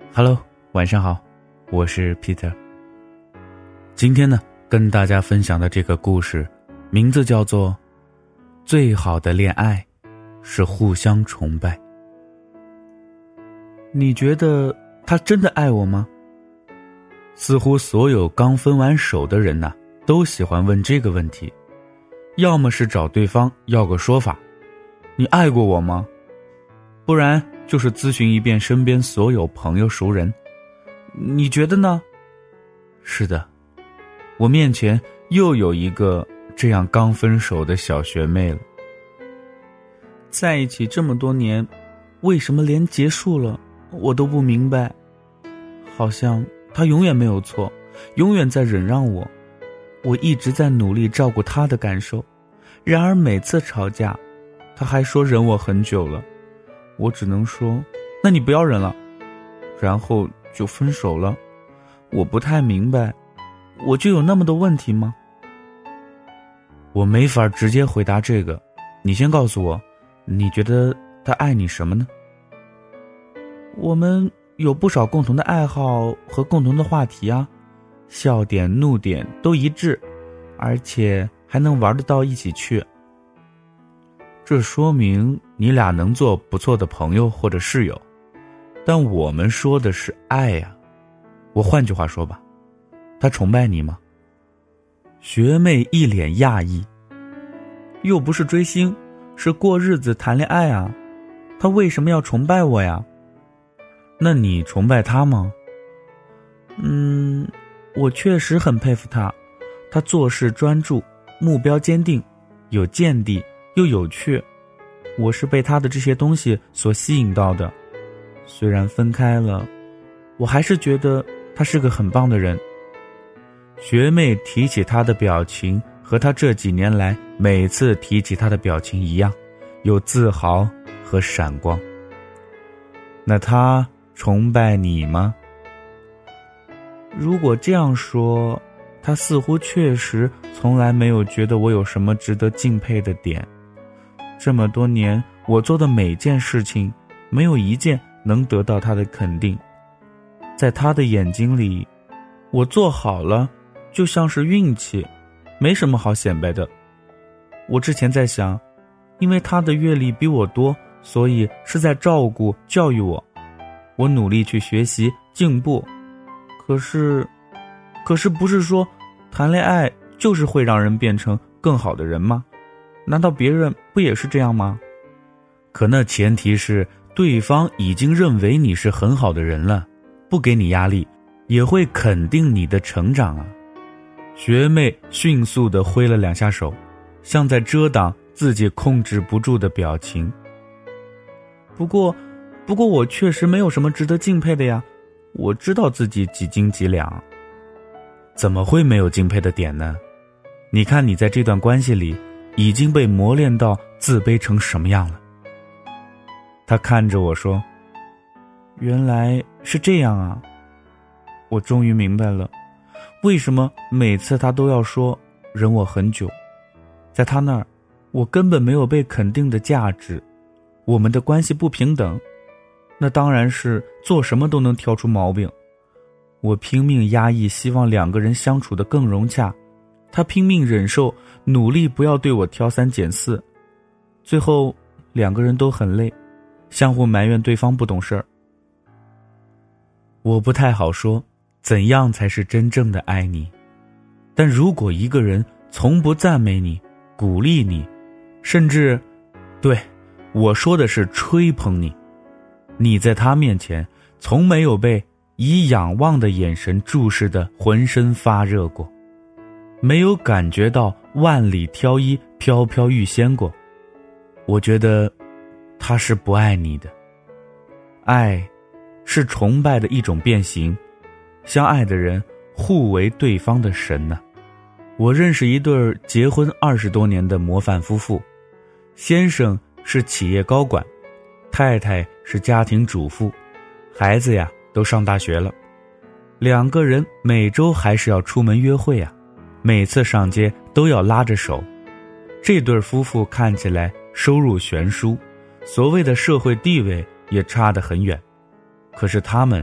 Hello， 晚上好，我是 Peter。今天呢，跟大家分享的这个故事，名字叫做《最好的恋爱是互相崇拜》。你觉得他真的爱我吗？似乎所有刚分完手的人呐，都喜欢问这个问题，要么是找对方要个说法，你爱过我吗？不然就是咨询一遍身边所有朋友熟人，你觉得呢？是的，我面前又有一个这样刚分手的小学妹了。在一起这么多年，为什么连结束了我都不明白？好像她永远没有错，永远在忍让我，我一直在努力照顾她的感受，然而每次吵架，她还说忍我很久了。我只能说，那你不要忍了，然后就分手了。我不太明白，我就有那么多问题吗？我没法直接回答这个，你先告诉我，你觉得他爱你什么呢？我们有不少共同的爱好和共同的话题啊，笑点怒点都一致，而且还能玩得到一起去。这说明你俩能做不错的朋友或者室友，但我们说的是爱呀。我换句话说吧，他崇拜你吗？学妹一脸讶异，又不是追星，是过日子谈恋爱啊，他为什么要崇拜我呀？那你崇拜他吗？我确实很佩服他，他做事专注，目标坚定，有见地又有趣，我是被他的这些东西所吸引到的。虽然分开了，我还是觉得他是个很棒的人。学妹提起他的表情，和他这几年来每次提起他的表情一样，有自豪和闪光。那他崇拜你吗？如果这样说，他似乎确实从来没有觉得我有什么值得敬佩的点。这么多年，我做的每件事情，没有一件能得到他的肯定。在他的眼睛里，我做好了，就像是运气，没什么好显摆的。我之前在想，因为他的阅历比我多，所以是在照顾、教育我。我努力去学习、进步。可是不是说谈恋爱就是会让人变成更好的人吗？难道别人不也是这样吗？可那前提是对方已经认为你是很好的人了，不给你压力，也会肯定你的成长啊。学妹迅速地挥了两下手，像在遮挡自己控制不住的表情。不过我确实没有什么值得敬佩的呀，我知道自己几斤几两。怎么会没有敬佩的点呢？你看你在这段关系里已经被磨练到自卑成什么样了。他看着我说，原来是这样啊。我终于明白了，为什么每次他都要说忍我很久。在他那儿，我根本没有被肯定的价值，我们的关系不平等，那当然是做什么都能挑出毛病。我拼命压抑，希望两个人相处得更融洽，他拼命忍受，努力不要对我挑三拣四，最后两个人都很累，相互埋怨对方不懂事儿。我不太好说怎样才是真正的爱你，但如果一个人从不赞美你、鼓励你，甚至，对，我说的是吹捧你，你在他面前从没有被以仰望的眼神注视的浑身发热过，没有感觉到万里挑一、飘飘欲仙过，我觉得他是不爱你的。爱是崇拜的一种变形，相爱的人互为对方的神呢。我认识一对结婚20多年的模范夫妇，先生是企业高管，太太是家庭主妇，孩子呀都上大学了。两个人每周还是要出门约会啊，每次上街都要拉着手。这对夫妇看起来收入悬殊，所谓的社会地位也差得很远，可是他们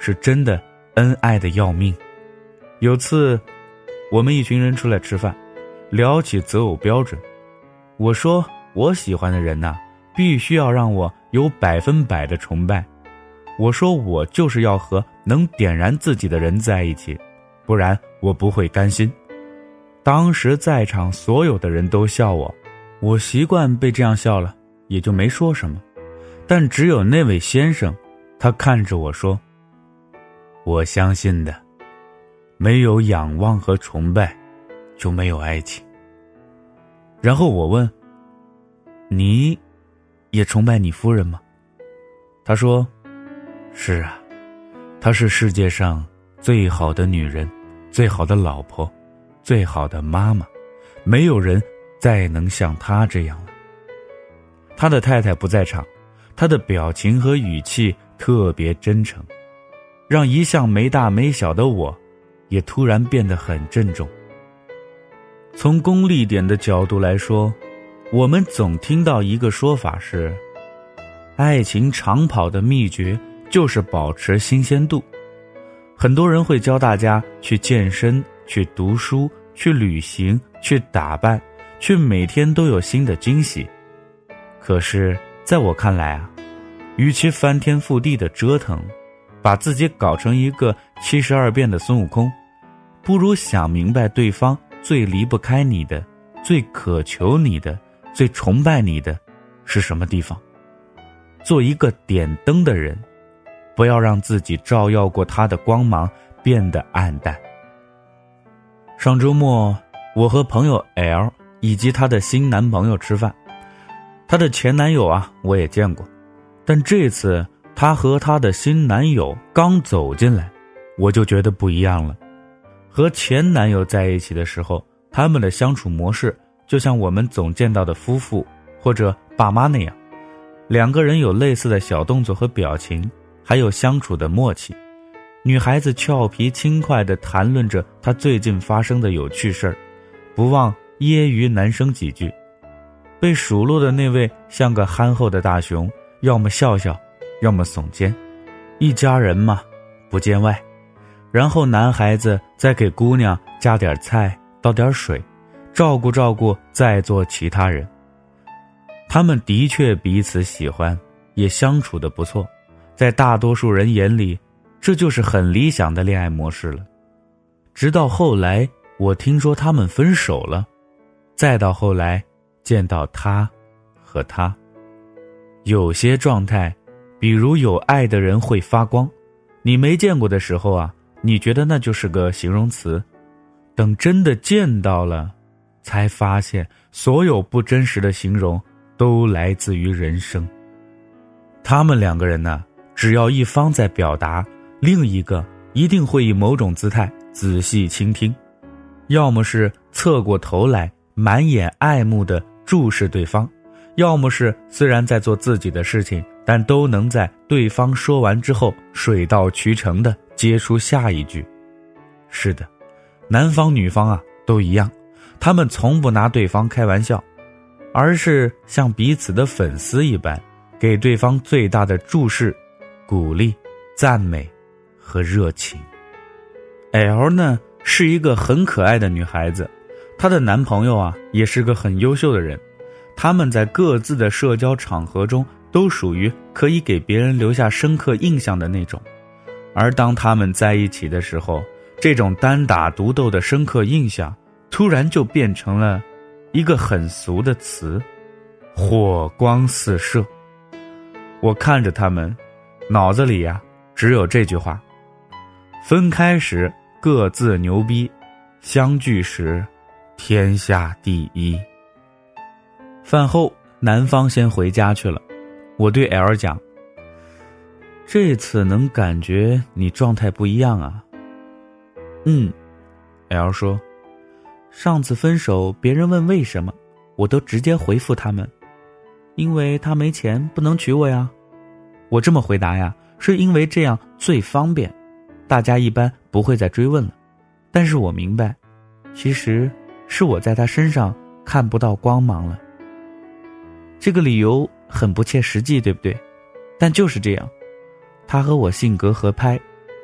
是真的恩爱的要命。有次我们一群人出来吃饭，聊起择偶标准，我说我喜欢的人呐，必须要让我有100%的崇拜。我说我就是要和能点燃自己的人在一起，不然我不会甘心。当时在场所有的人都笑我，我习惯被这样笑了，也就没说什么。但只有那位先生，他看着我说，我相信的，没有仰望和崇拜，就没有爱情。然后我问，你也崇拜你夫人吗？他说，是啊，她是世界上最好的女人，最好的老婆，最好的妈妈，没有人再能像她这样了。他的太太不在场，他的表情和语气特别真诚，让一向没大没小的我也突然变得很郑重。从功利点的角度来说，我们总听到一个说法是，爱情长跑的秘诀就是保持新鲜度。很多人会教大家去健身，去读书，去旅行，去打扮，去每天都有新的惊喜。可是在我看来啊，与其翻天覆地的折腾，把自己搞成一个72变的孙悟空，不如想明白对方最离不开你的，最渴求你的，最崇拜你的是什么地方。做一个点灯的人，不要让自己照耀过他的光芒变得暗淡。上周末我和朋友 L 以及她的新男朋友吃饭，她的前男友啊我也见过，但这次她和她的新男友刚走进来，我就觉得不一样了。和前男友在一起的时候，他们的相处模式就像我们总见到的夫妇或者爸妈那样，两个人有类似的小动作和表情，还有相处的默契。女孩子俏皮轻快地谈论着她最近发生的有趣事儿，不忘揶揄男生几句。被数落的那位像个憨厚的大熊，要么笑笑，要么耸肩。一家人嘛，不见外。然后男孩子再给姑娘加点菜，倒点水，照顾照顾在座其他人。他们的确彼此喜欢，也相处得不错，在大多数人眼里，这就是很理想的恋爱模式了。直到后来我听说他们分手了，再到后来见到他和他。有些状态，比如有爱的人会发光，你没见过的时候啊，你觉得那就是个形容词，等真的见到了，才发现所有不真实的形容都来自于人生。他们两个人呢，只要一方在表达，另一个一定会以某种姿态仔细倾听，要么是侧过头来满眼爱慕地注视对方，要么是虽然在做自己的事情，但都能在对方说完之后水到渠成地接出下一句。是的，男方女方啊都一样，他们从不拿对方开玩笑，而是像彼此的粉丝一般，给对方最大的注视、鼓励、赞美和热情。L 呢是一个很可爱的女孩子，她的男朋友啊也是个很优秀的人，他们在各自的社交场合中都属于可以给别人留下深刻印象的那种。而当他们在一起的时候，这种单打独斗的深刻印象突然就变成了一个很俗的词，火光四射。我看着他们，脑子里呀只有这句话：分开时各自牛逼，相聚时天下第一。饭后男方先回家去了，我对 L 讲，这次能感觉你状态不一样啊。L 说，上次分手别人问为什么，我都直接回复他们，因为他没钱不能娶我呀。我这么回答呀，是因为这样最方便，大家一般不会再追问了。但是我明白，其实是我在他身上看不到光芒了。这个理由很不切实际，对不对？但就是这样，他和我性格合拍，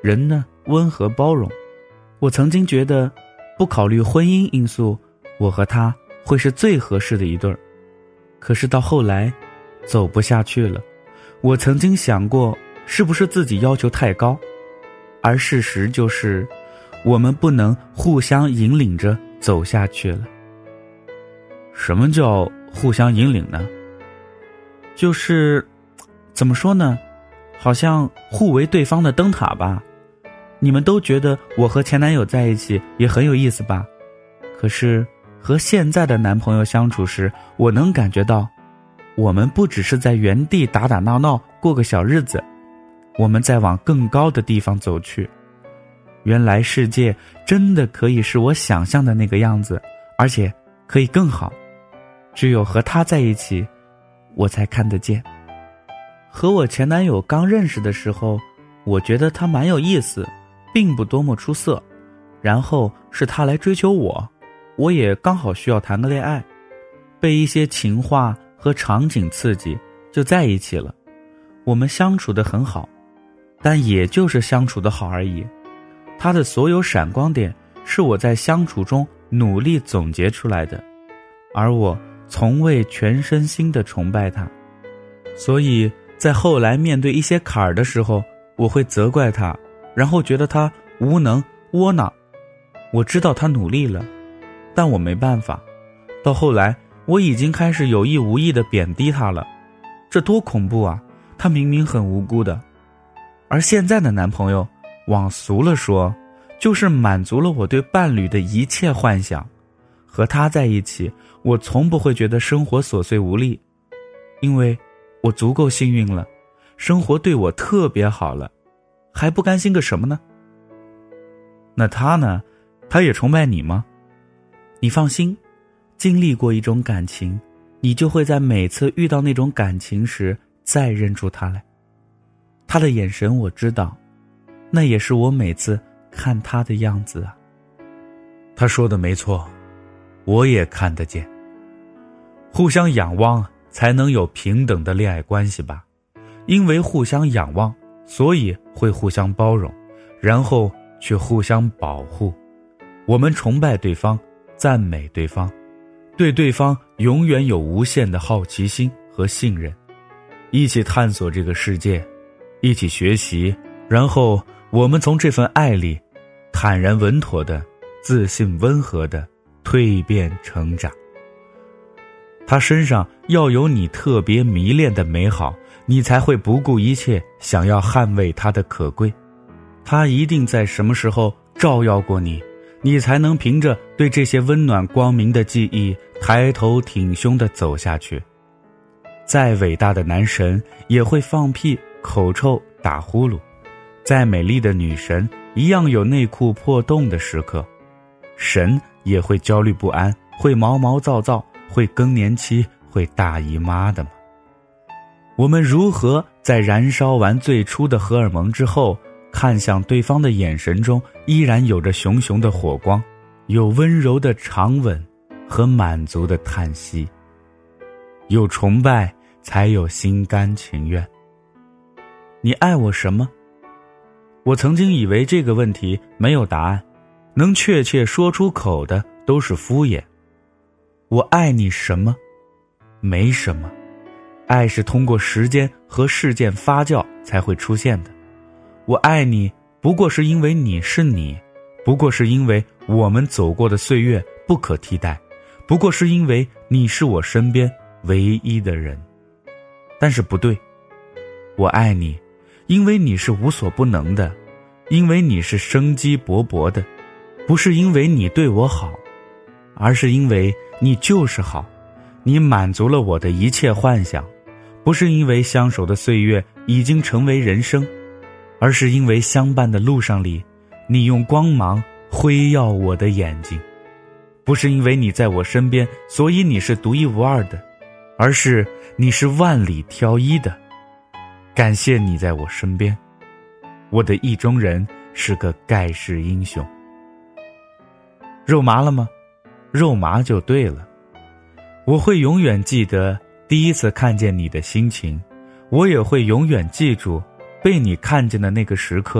人呢温和包容。我曾经觉得，不考虑婚姻因素，我和他会是最合适的一对儿。可是到后来，走不下去了。我曾经想过，是不是自己要求太高？而事实就是，我们不能互相引领着走下去了。什么叫互相引领呢？就是怎么说呢，好像互为对方的灯塔吧。你们都觉得我和前男友在一起也很有意思吧？可是和现在的男朋友相处时，我能感觉到，我们不只是在原地打打闹闹过个小日子，我们在往更高的地方走去。原来世界真的可以是我想象的那个样子，而且可以更好。只有和他在一起，我才看得见。和我前男友刚认识的时候，我觉得他蛮有意思，并不多么出色。然后是他来追求我，我也刚好需要谈个恋爱，被一些情话和场景刺激，就在一起了。我们相处得很好，但也就是相处得好而已。他的所有闪光点是我在相处中努力总结出来的，而我从未全身心地崇拜他。所以在后来面对一些坎儿的时候，我会责怪他，然后觉得他无能窝囊。我知道他努力了，但我没办法。到后来我已经开始有意无意地贬低他了，这多恐怖啊，他明明很无辜的。而现在的男朋友，往俗了说，就是满足了我对伴侣的一切幻想。和他在一起，我从不会觉得生活琐碎无力，因为我足够幸运了，生活对我特别好了，还不甘心个什么呢？那他呢？他也崇拜你吗？你放心，经历过一种感情，你就会在每次遇到那种感情时再认出他来。他的眼神我知道，那也是我每次看他的样子啊。 他说的没错，我也看得见。互相仰望才能有平等的恋爱关系吧，因为互相仰望，所以会互相包容，然后却互相保护。我们崇拜对方，赞美对方，对对方永远有无限的好奇心和信任，一起探索这个世界，一起学习，然后我们从这份爱里坦然稳妥的、自信温和的蜕变成长。他身上要有你特别迷恋的美好，你才会不顾一切想要捍卫他的可贵。他一定在什么时候照耀过你，你才能凭着对这些温暖光明的记忆抬头挺胸地走下去。再伟大的男神也会放屁、口臭、打呼噜，再美丽的女神一样有内裤破洞的时刻。神也会焦虑不安，会毛毛躁躁，会更年期，会大姨妈的吗？我们如何在燃烧完最初的荷尔蒙之后，看向对方的眼神中依然有着熊熊的火光，有温柔的长吻和满足的叹息。有崇拜才有心甘情愿。你爱我什么？我曾经以为这个问题没有答案，能确切说出口的都是敷衍。我爱你什么？没什么。爱是通过时间和事件发酵才会出现的。我爱你，不过是因为你是你，不过是因为我们走过的岁月不可替代，不过是因为你是我身边唯一的人。但是不对，我爱你，因为你是无所不能的，因为你是生机勃勃的，不是因为你对我好，而是因为你就是好，你满足了我的一切幻想，不是因为相守的岁月已经成为人生，而是因为相伴的路上里，你用光芒辉耀我的眼睛。不是因为你在我身边，所以你是独一无二的，而是你是万里挑一的。感谢你在我身边，我的意中人是个盖世英雄。肉麻了吗？肉麻就对了。我会永远记得第一次看见你的心情，我也会永远记住被你看见的那个时刻，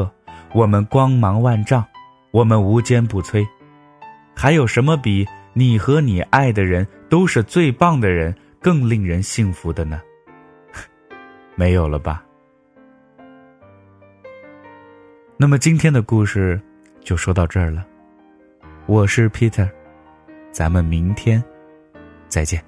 我们光芒万丈，我们无坚不摧。还有什么比你和你爱的人都是最棒的人更令人幸福的呢？没有了吧。那么今天的故事就说到这儿了。我是 Peter，咱们明天再见。